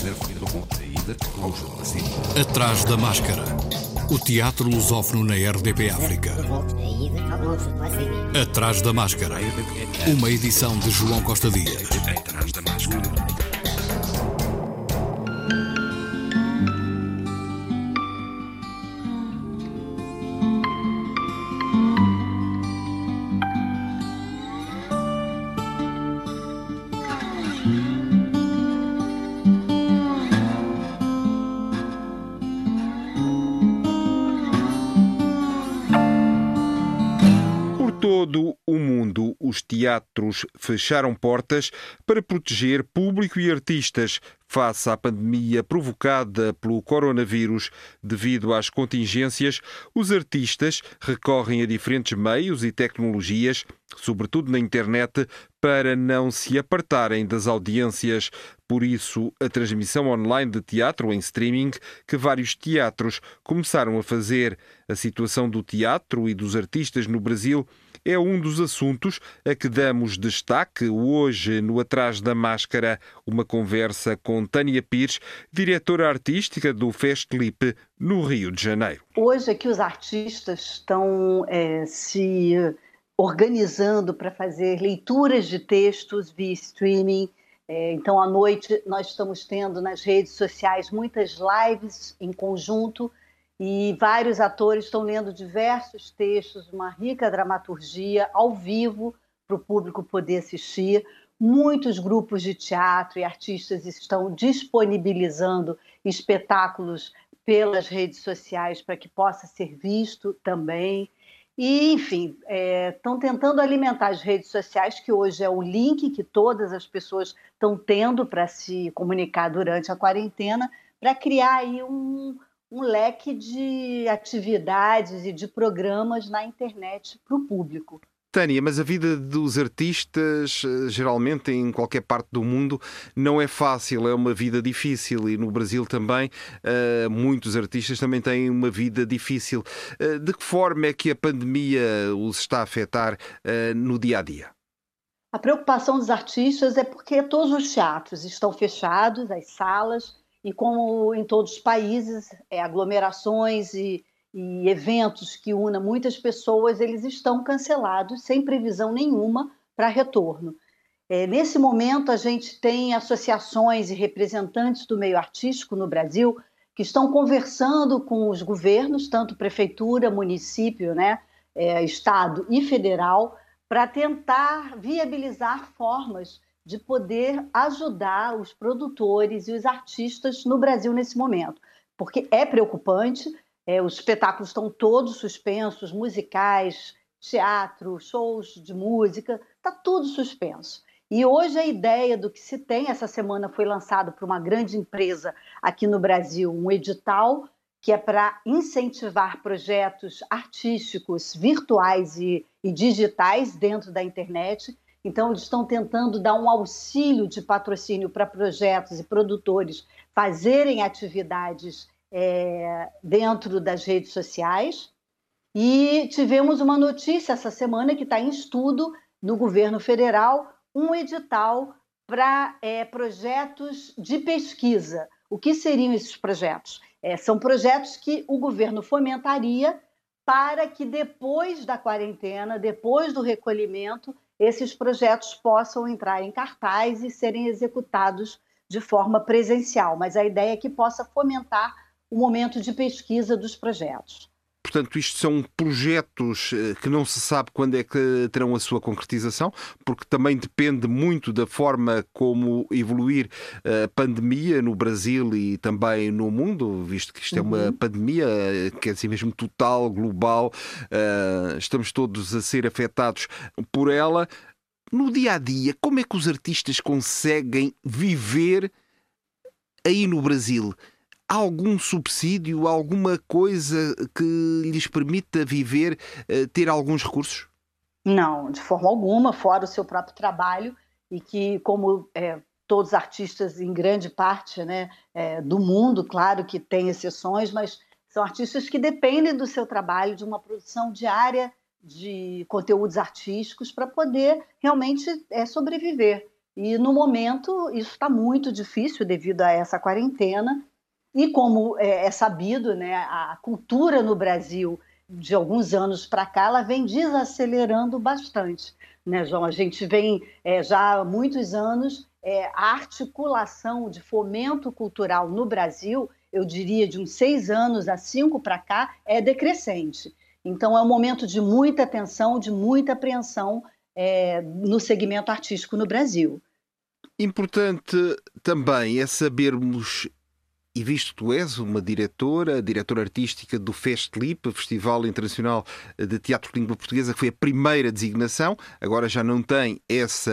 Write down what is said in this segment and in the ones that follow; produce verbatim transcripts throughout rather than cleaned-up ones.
Atrás da Máscara. O teatro lusófono na R D P África. Atrás da Máscara. Uma edição de João Costa Dias. Atrás da Máscara. Todo o mundo, os teatros fecharam portas para proteger público e artistas face à pandemia provocada pelo coronavírus. Devido às contingências, os artistas recorrem a diferentes meios e tecnologias, sobretudo na internet, para não se apartarem das audiências. Por isso, a transmissão online de teatro em streaming que vários teatros começaram a fazer. A situação do teatro e dos artistas no Brasil é um dos assuntos a que damos destaque hoje no Atrás da Máscara, uma conversa com Tânia Pires, diretora artística do Festlip, no Rio de Janeiro. Hoje é que os artistas estão é, se organizando para fazer leituras de textos via streaming. É, então, à noite, nós estamos tendo nas redes sociais muitas lives em conjunto e vários atores estão lendo diversos textos, uma rica dramaturgia ao vivo para o público poder assistir. Muitos grupos de teatro e artistas estão disponibilizando espetáculos pelas redes sociais para que possa ser visto também. E, enfim, é, estão tentando alimentar as redes sociais, que hoje é o link que todas as pessoas estão tendo para se comunicar durante a quarentena, para criar aí um, um leque de atividades e de programas na internet para o público. Tânia, mas a vida dos artistas, geralmente em qualquer parte do mundo, não é fácil, é uma vida difícil e no Brasil também uh, muitos artistas também têm uma vida difícil. Uh, de que forma é que a pandemia os está a afetar uh, no dia-a-dia? A preocupação dos artistas é porque todos os teatros estão fechados, as salas, e como em todos os países, é, aglomerações e e eventos que unam muitas pessoas, eles estão cancelados, sem previsão nenhuma para retorno. É, nesse momento, a gente tem associações e representantes do meio artístico no Brasil que estão conversando com os governos, tanto prefeitura, município, né, é, estado e federal, para tentar viabilizar formas de poder ajudar os produtores e os artistas no Brasil nesse momento, porque é preocupante. É, os espetáculos estão todos suspensos, musicais, teatro, shows de música, está tudo suspenso. E hoje a ideia do que se tem, essa semana foi lançado por uma grande empresa aqui no Brasil, um edital que é para incentivar projetos artísticos, virtuais e, e digitais dentro da internet. Então, eles estão tentando dar um auxílio de patrocínio para projetos e produtores fazerem atividades É, dentro das redes sociais. E tivemos uma notícia essa semana que está em estudo no governo federal, um edital para é, projetos de pesquisa. O que seriam esses projetos? É, são projetos que o governo fomentaria para que depois da quarentena, depois do recolhimento, esses projetos possam entrar em cartaz e serem executados de forma presencial. Mas a ideia é que possa fomentar o momento de pesquisa dos projetos. Portanto, isto são projetos que não se sabe quando é que terão a sua concretização, porque também depende muito da forma como evoluir a pandemia no Brasil e também no mundo, visto que isto é uma uhum. pandemia, quer dizer mesmo total, global, estamos todos a ser afetados por ela. No dia-a-dia, como é que os artistas conseguem viver aí no Brasil? Há algum subsídio, alguma coisa que lhes permita viver, ter alguns recursos? Não, de forma alguma, fora o seu próprio trabalho e que, como é, todos os artistas em grande parte, né, é, do mundo, claro que tem exceções, mas são artistas que dependem do seu trabalho, de uma produção diária de conteúdos artísticos para poder realmente é, sobreviver. E, no momento, isso está muito difícil devido a essa quarentena. E, como é, é sabido, né, a cultura no Brasil, de alguns anos para cá, ela vem desacelerando bastante, né, João? A gente vem é, já há muitos anos, é, a articulação de fomento cultural no Brasil, eu diria de uns seis anos a cinco para cá, é decrescente. Então, é um momento de muita atenção, de muita apreensão é, no segmento artístico no Brasil. Importante também é sabermos, e visto que tu és uma diretora, diretora artística do FestLip, Festival Internacional de Teatro de Língua Portuguesa, que foi a primeira designação, agora já não tem essa...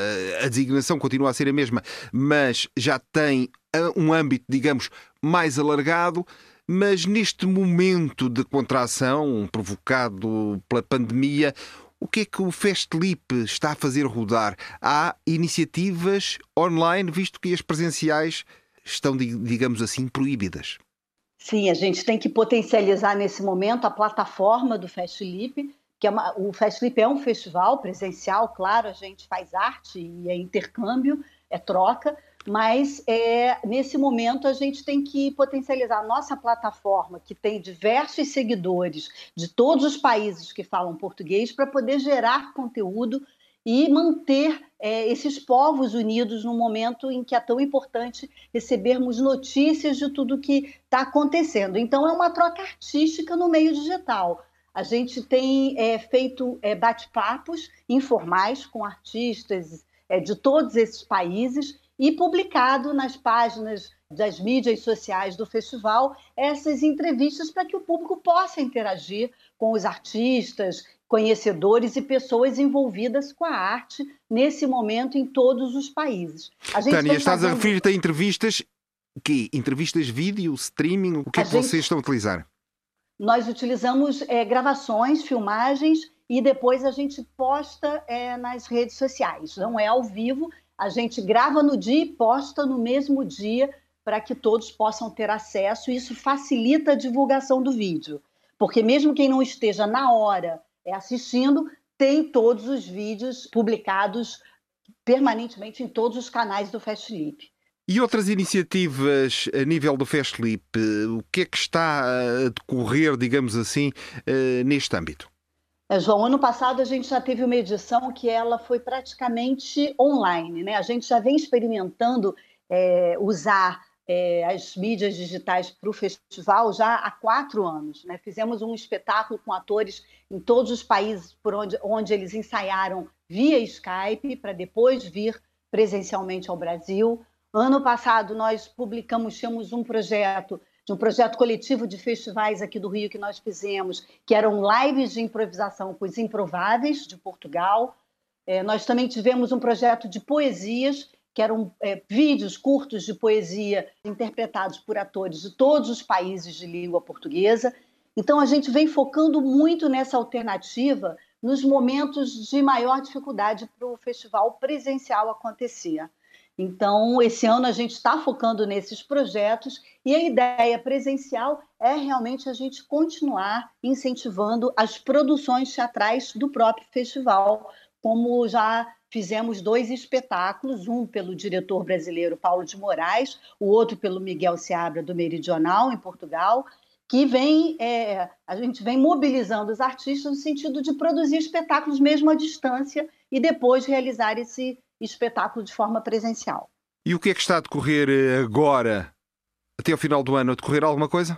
A designação continua a ser a mesma, mas já tem um âmbito, digamos, mais alargado. Mas neste momento de contração provocado pela pandemia, o que é que o FestLip está a fazer rodar? Há iniciativas online, visto que as presenciais estão, digamos assim, proibidas. Sim, a gente tem que potencializar nesse momento a plataforma do FestLip, que é uma, o FestLip é um festival presencial, claro, a gente faz arte e é intercâmbio, é troca, mas é, nesse momento a gente tem que potencializar a nossa plataforma, que tem diversos seguidores de todos os países que falam português, para poder gerar conteúdo e manter é, esses povos unidos no momento em que é tão importante recebermos notícias de tudo que está acontecendo. Então, é uma troca artística no meio digital. A gente tem é, feito é, bate-papos informais com artistas é, de todos esses países e publicado nas páginas das mídias sociais do festival essas entrevistas para que o público possa interagir com os artistas, conhecedores e pessoas envolvidas com a arte nesse momento em todos os países. A gente Tânia, estás fazendo... a referir-te a entrevistas, que entrevistas vídeo, streaming, o que é que gente... vocês estão a utilizar? Nós utilizamos é, gravações, filmagens e depois a gente posta é, nas redes sociais. Não é ao vivo, a gente grava no dia e posta no mesmo dia para que todos possam ter acesso, e isso facilita a divulgação do vídeo. Porque mesmo quem não esteja na hora é, assistindo, tem todos os vídeos publicados permanentemente em todos os canais do FestLip. E outras iniciativas a nível do FestLip, o que é que está a decorrer, digamos assim, neste âmbito? É, João, ano passado a gente já teve uma edição que ela foi praticamente online, né? A gente já vem experimentando é, usar é, as mídias digitais para o festival já há quatro anos, né? Fizemos um espetáculo com atores em todos os países por onde, onde eles ensaiaram via Skype para depois vir presencialmente ao Brasil. Ano passado nós publicamos, tínhamos um projeto de um projeto coletivo de festivais aqui do Rio que nós fizemos, que eram lives de improvisação com os Improváveis de Portugal. É, nós também tivemos um projeto de poesias, que eram é, vídeos curtos de poesia interpretados por atores de todos os países de língua portuguesa. Então, a gente vem focando muito nessa alternativa nos momentos de maior dificuldade para o festival presencial acontecer. Então, esse ano a gente está focando nesses projetos e a ideia presencial é realmente a gente continuar incentivando as produções teatrais do próprio festival, como já fizemos dois espetáculos, um pelo diretor brasileiro Paulo de Moraes, o outro pelo Miguel Seabra, do Meridional, em Portugal, que vem, é, a gente vem mobilizando os artistas no sentido de produzir espetáculos mesmo à distância e depois realizar esse espetáculo de forma presencial. E o que é que está a decorrer agora, até ao final do ano? A decorrer alguma coisa?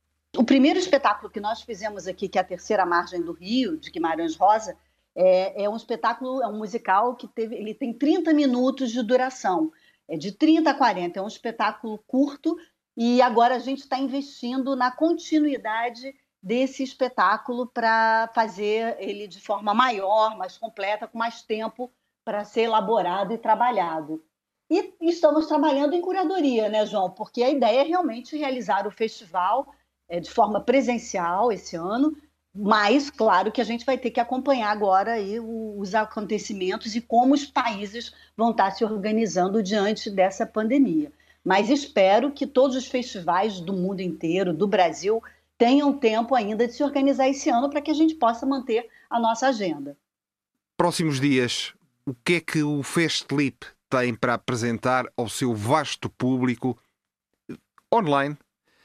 O primeiro espetáculo que nós fizemos aqui, que é a Terceira Margem do Rio, de Guimarães Rosa, é, é um espetáculo, é um musical que teve, ele tem trinta minutos de duração, é de trinta a quarenta, é um espetáculo curto, e agora a gente está investindo na continuidade desse espetáculo para fazer ele de forma maior, mais completa, com mais tempo para ser elaborado e trabalhado. E estamos trabalhando em curadoria, né, João? Porque a ideia é realmente realizar o festival é, de forma presencial esse ano, mas, claro, que a gente vai ter que acompanhar agora aí os acontecimentos e como os países vão estar se organizando diante dessa pandemia. Mas espero que todos os festivais do mundo inteiro, do Brasil, tenham tempo ainda de se organizar esse ano para que a gente possa manter a nossa agenda. Próximos dias, o que é que o FestLip tem para apresentar ao seu vasto público online,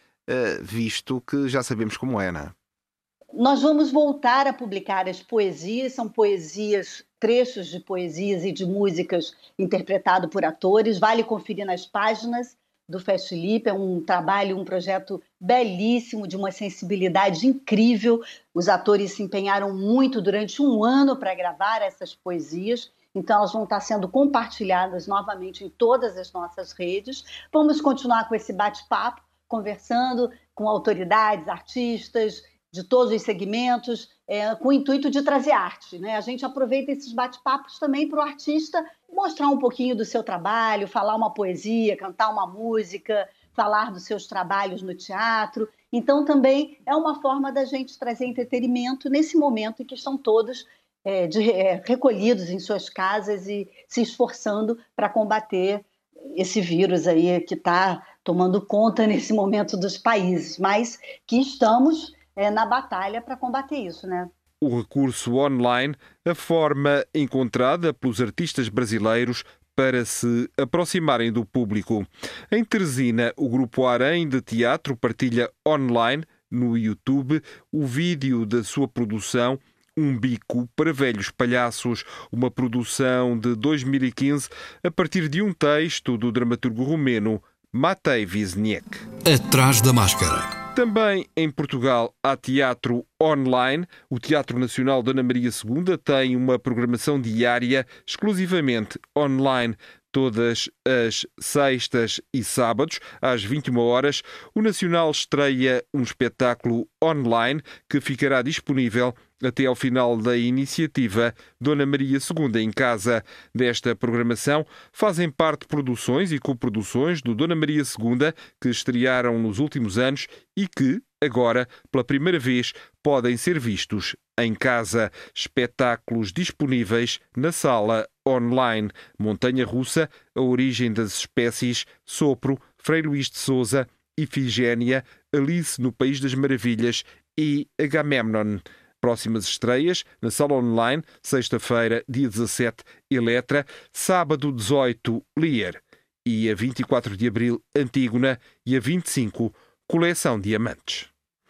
visto que já sabemos como é, não é? Nós vamos voltar a publicar as poesias, são poesias, trechos de poesias e de músicas interpretados por atores. Vale conferir nas páginas do Fest Lip, é um trabalho, um projeto belíssimo, de uma sensibilidade incrível. Os atores se empenharam muito durante um ano para gravar essas poesias, então elas vão estar sendo compartilhadas novamente em todas as nossas redes. Vamos continuar com esse bate-papo, conversando com autoridades, artistas, de todos os segmentos, é, com o intuito de trazer arte, né? A gente aproveita esses bate-papos também para o artista mostrar um pouquinho do seu trabalho, falar uma poesia, cantar uma música, falar dos seus trabalhos no teatro. Então, também é uma forma da gente trazer entretenimento nesse momento em que estão todos é, de, é, recolhidos em suas casas e se esforçando para combater esse vírus aí que está tomando conta nesse momento dos países, mas que estamos É, na batalha para combater isso, né? O recurso online, a forma encontrada pelos artistas brasileiros para se aproximarem do público. Em Teresina, o Grupo Harém de Teatro partilha online, no YouTube, o vídeo da sua produção Um Bico para Velhos Palhaços, uma produção de dois mil e quinze a partir de um texto do dramaturgo romeno Matej Wisniewski. Atrás da Máscara. Também em Portugal há teatro online. O Teatro Nacional Dona Maria segunda tem uma programação diária exclusivamente online. Todas as sextas e sábados, às vinte e uma horas, o Nacional estreia um espetáculo online que ficará disponível até ao final da iniciativa Dona Maria segunda em Casa. Desta programação fazem parte produções e coproduções do Dona Maria segunda que estrearam nos últimos anos e que, agora, pela primeira vez, podem ser vistos em casa. Espetáculos disponíveis na sala online: Montanha Russa, A Origem das Espécies, Sopro, Frei Luís de Sousa, Ifigénia, Alice no País das Maravilhas e Agamemnon. Próximas estreias na sala online: sexta-feira, dia dezassete, Eletra, sábado dezoito, Lear, e a vinte e quatro de abril, Antígona, e a vinte e cinco, Coleção Diamantes.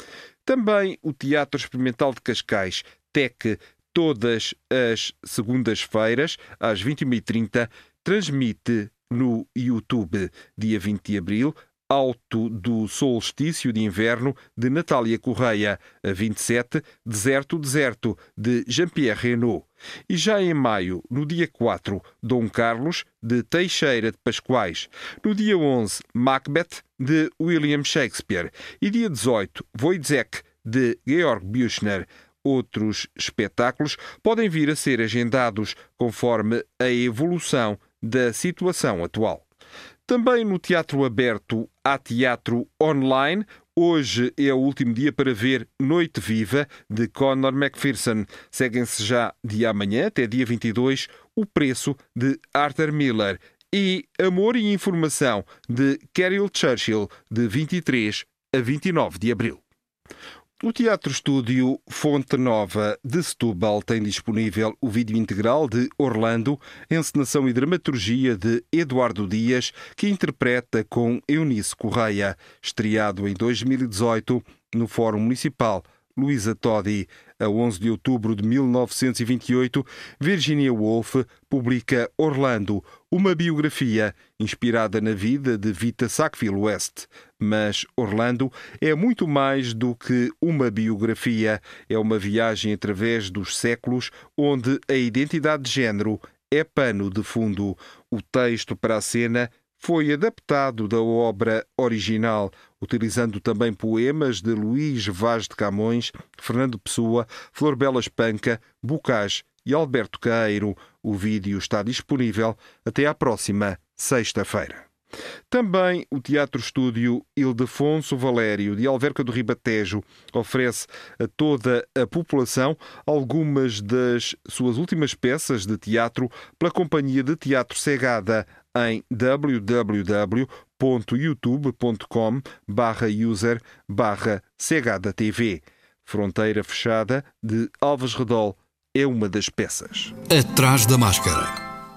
Também o Teatro Experimental de Cascais, T E C, todas as segundas-feiras, às vinte e uma e trinta, transmite no YouTube, dia vinte de abril, Alto do Solstício de Inverno, de Natália Correia, a vinte e sete, Deserto, Deserto, de Jean-Pierre Reynaud. E já em maio, no dia quatro, Dom Carlos, de Teixeira de Pascoais. No dia onze, Macbeth, de William Shakespeare. E dia dezoito, Woyzeck, de Georg Büchner. Outros espetáculos podem vir a ser agendados conforme a evolução da situação atual. Também no Teatro Aberto há teatro online. Hoje é o último dia para ver Noite Viva, de Conor McPherson. Seguem-se já de amanhã até dia vinte e dois, O Preço, de Arthur Miller. E Amor e Informação, de Carol Churchill, de vinte e três a vinte e nove de abril. O Teatro Estúdio Fonte Nova de Setúbal tem disponível o vídeo integral de Orlando, encenação e dramaturgia de Eduardo Dias, que interpreta com Eunice Correia, estreado em dois mil e dezoito no Fórum Municipal Luísa Todi. A onze de outubro de mil novecentos e vinte e oito, Virginia Woolf publica Orlando, uma biografia inspirada na vida de Vita Sackville-West. Mas Orlando é muito mais do que uma biografia. É uma viagem através dos séculos onde a identidade de género é pano de fundo. O texto para a cena foi adaptado da obra original, utilizando também poemas de Luís Vaz de Camões, Fernando Pessoa, Flor Bela Espanca, Bocage e Alberto Caeiro. O vídeo está disponível até à próxima sexta-feira. Também o Teatro Estúdio Ildefonso Valério, de Alverca do Ribatejo, oferece a toda a população algumas das suas últimas peças de teatro pela Companhia de Teatro Segada em w w w ponto youtube ponto com barra user barra Segada T V. Fronteira Fechada, de Alves Redol, é uma das peças. Atrás da Máscara.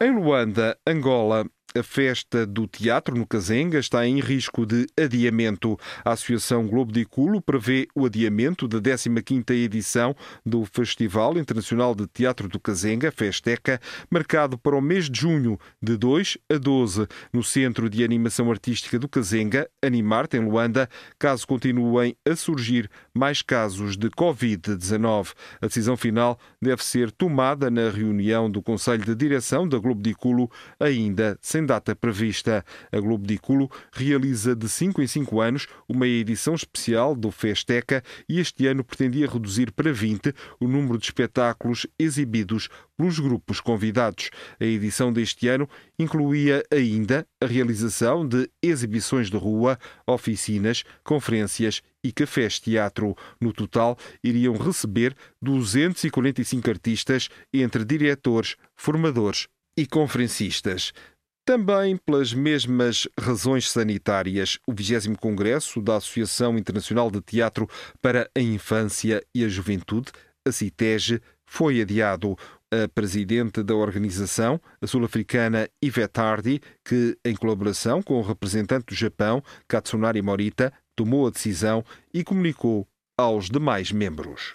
Em Luanda, Angola, a festa do teatro no Kazenga está em risco de adiamento. A Associação Globo de Culo prevê o adiamento da décima quinta edição do Festival Internacional de Teatro do Kazenga, Festeca, marcado para o mês de junho, de dois a doze, no Centro de Animação Artística do Kazenga, Animarte, em Luanda, caso continuem a surgir mais casos de covid dezanove. A decisão final deve ser tomada na reunião do Conselho de Direção da Globo de Culo, ainda sem data prevista. A Globo de Culo realiza de cinco em cinco anos uma edição especial do Festeca e este ano pretendia reduzir para vinte o número de espetáculos exibidos pelos grupos convidados. A edição deste ano incluía ainda a realização de exibições de rua, oficinas, conferências e cafés-teatro. No total, iriam receber duzentos e quarenta e cinco artistas, entre diretores, formadores e conferencistas. Também pelas mesmas razões sanitárias, o vigésimo Congresso da Associação Internacional de Teatro para a Infância e a Juventude, a CITES, foi adiado. A presidente da organização, a sul-africana Yvette Hardy, que, em colaboração com o representante do Japão, Katsunari Morita, tomou a decisão e comunicou aos demais membros.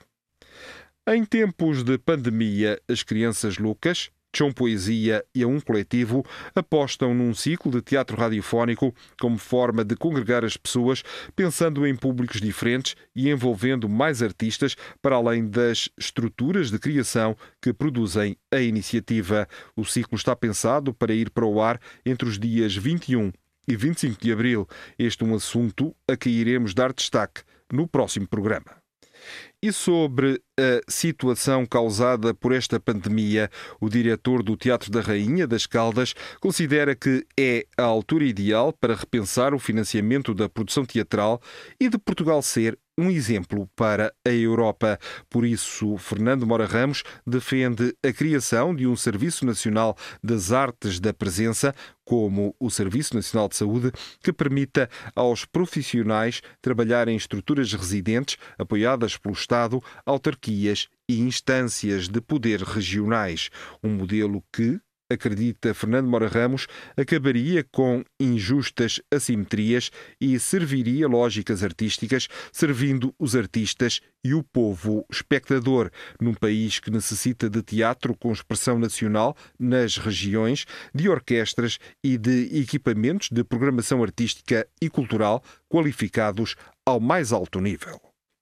Em tempos de pandemia, as Crianças Loucas, Chão Poesia e a Um Coletivo apostam num ciclo de teatro radiofónico como forma de congregar as pessoas, pensando em públicos diferentes e envolvendo mais artistas para além das estruturas de criação que produzem a iniciativa. O ciclo está pensado para ir para o ar entre os dias vinte e um e vinte e cinco de abril. Este é um assunto a que iremos dar destaque no próximo programa. E sobre a situação causada por esta pandemia, o diretor do Teatro da Rainha das Caldas considera que é a altura ideal para repensar o financiamento da produção teatral e de Portugal ser um exemplo para a Europa. Por isso, Fernando Mora Ramos defende a criação de um Serviço Nacional das Artes da Presença, como o Serviço Nacional de Saúde, que permita aos profissionais trabalhar em estruturas residentes apoiadas pelo Estado, autarquias e instâncias de poder regionais. Um modelo que, acredita Fernando Mora Ramos, acabaria com injustas assimetrias e serviria lógicas artísticas, servindo os artistas e o povo espectador, num país que necessita de teatro com expressão nacional nas regiões, de orquestras e de equipamentos de programação artística e cultural qualificados ao mais alto nível.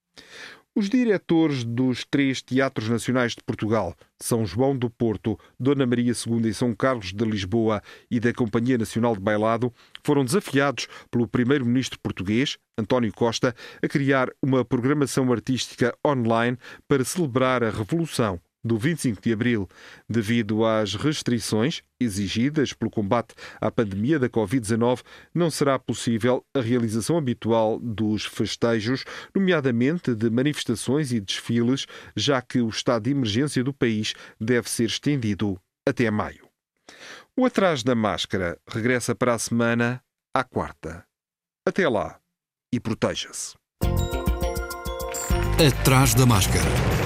Os diretores dos três Teatros Nacionais de Portugal, São João do Porto, Dona Maria segunda e São Carlos de Lisboa e da Companhia Nacional de Bailado, foram desafiados pelo primeiro-ministro português, António Costa, a criar uma programação artística online para celebrar a Revolução do vinte e cinco de abril. Devido às restrições exigidas pelo combate à pandemia da covid dezanove, não será possível a realização habitual dos festejos, nomeadamente de manifestações e desfiles, já que o estado de emergência do país deve ser estendido até maio. O Atrás da Máscara regressa para a semana à quarta. Até lá e proteja-se. Atrás da Máscara.